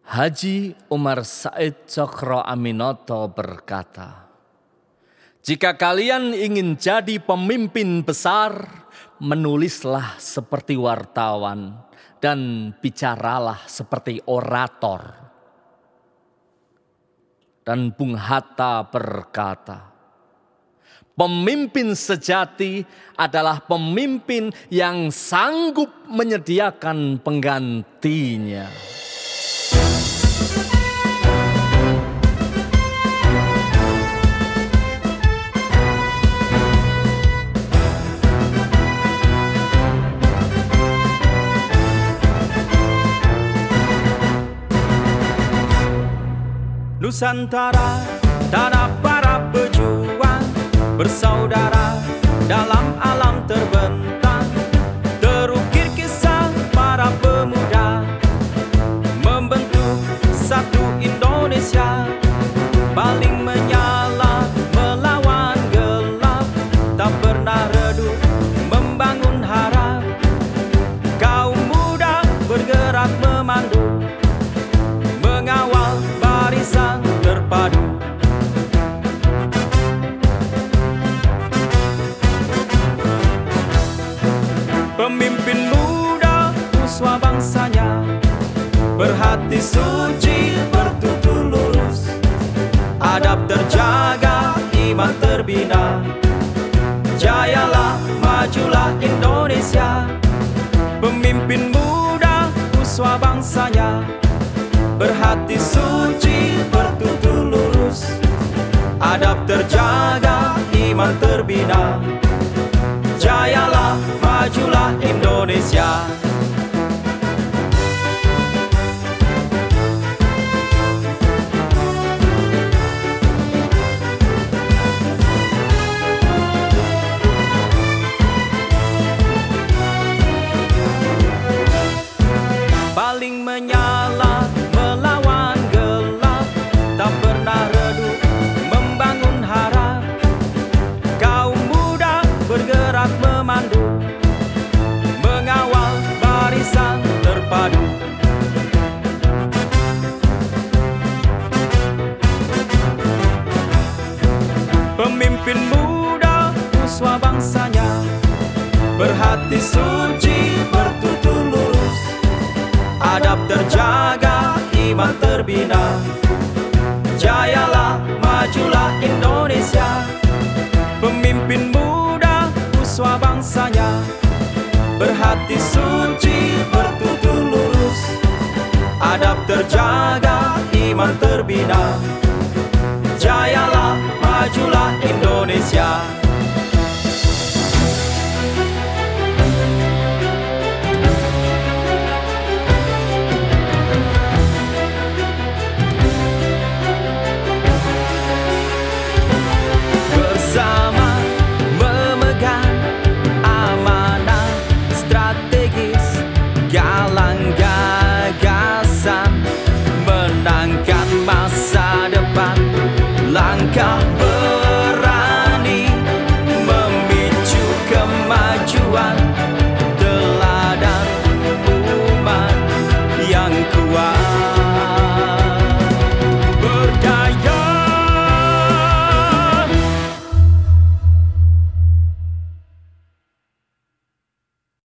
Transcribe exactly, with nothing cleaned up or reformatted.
Haji Umar Said Cokro Aminoto berkata, "Jika kalian ingin jadi pemimpin besar, menulislah seperti wartawan dan bicaralah seperti orator." Dan Bung Hatta berkata, "Pemimpin sejati adalah pemimpin yang sanggup menyediakan penggantinya." Nusantara, tanah para pejuang, bersaudara dalam alam terbentang. Terukir kisah para pemuda, membentuk satu Indonesia. Paling menyala melawan gelap, tak pernah redup membangun harap. Kaum muda bergerak memandu, mengawal barisan terpadu. Pemimpin muda uswa bangsanya, berhati suci bertutur lurus, adab terjaga, iman terbina. Jayalah, majulah Indonesia. Pemimpin muda uswa bangsanya, berhati suci bertutur lurus, adab terjaga, iman terbina. Jayalah, majulah Indonesia. Paling menyala melawan gelap, tak pernah redup membangun harap. Kaum muda bergerak memandu, mengawal barisan terpadu. Pemimpin muda uswa bangsanya, berhati suci bertutur lurus, adab terjaga, iman terbina. Jayalah, majulah Indonesia. Pemimpin muda uswa bangsanya, berhati suci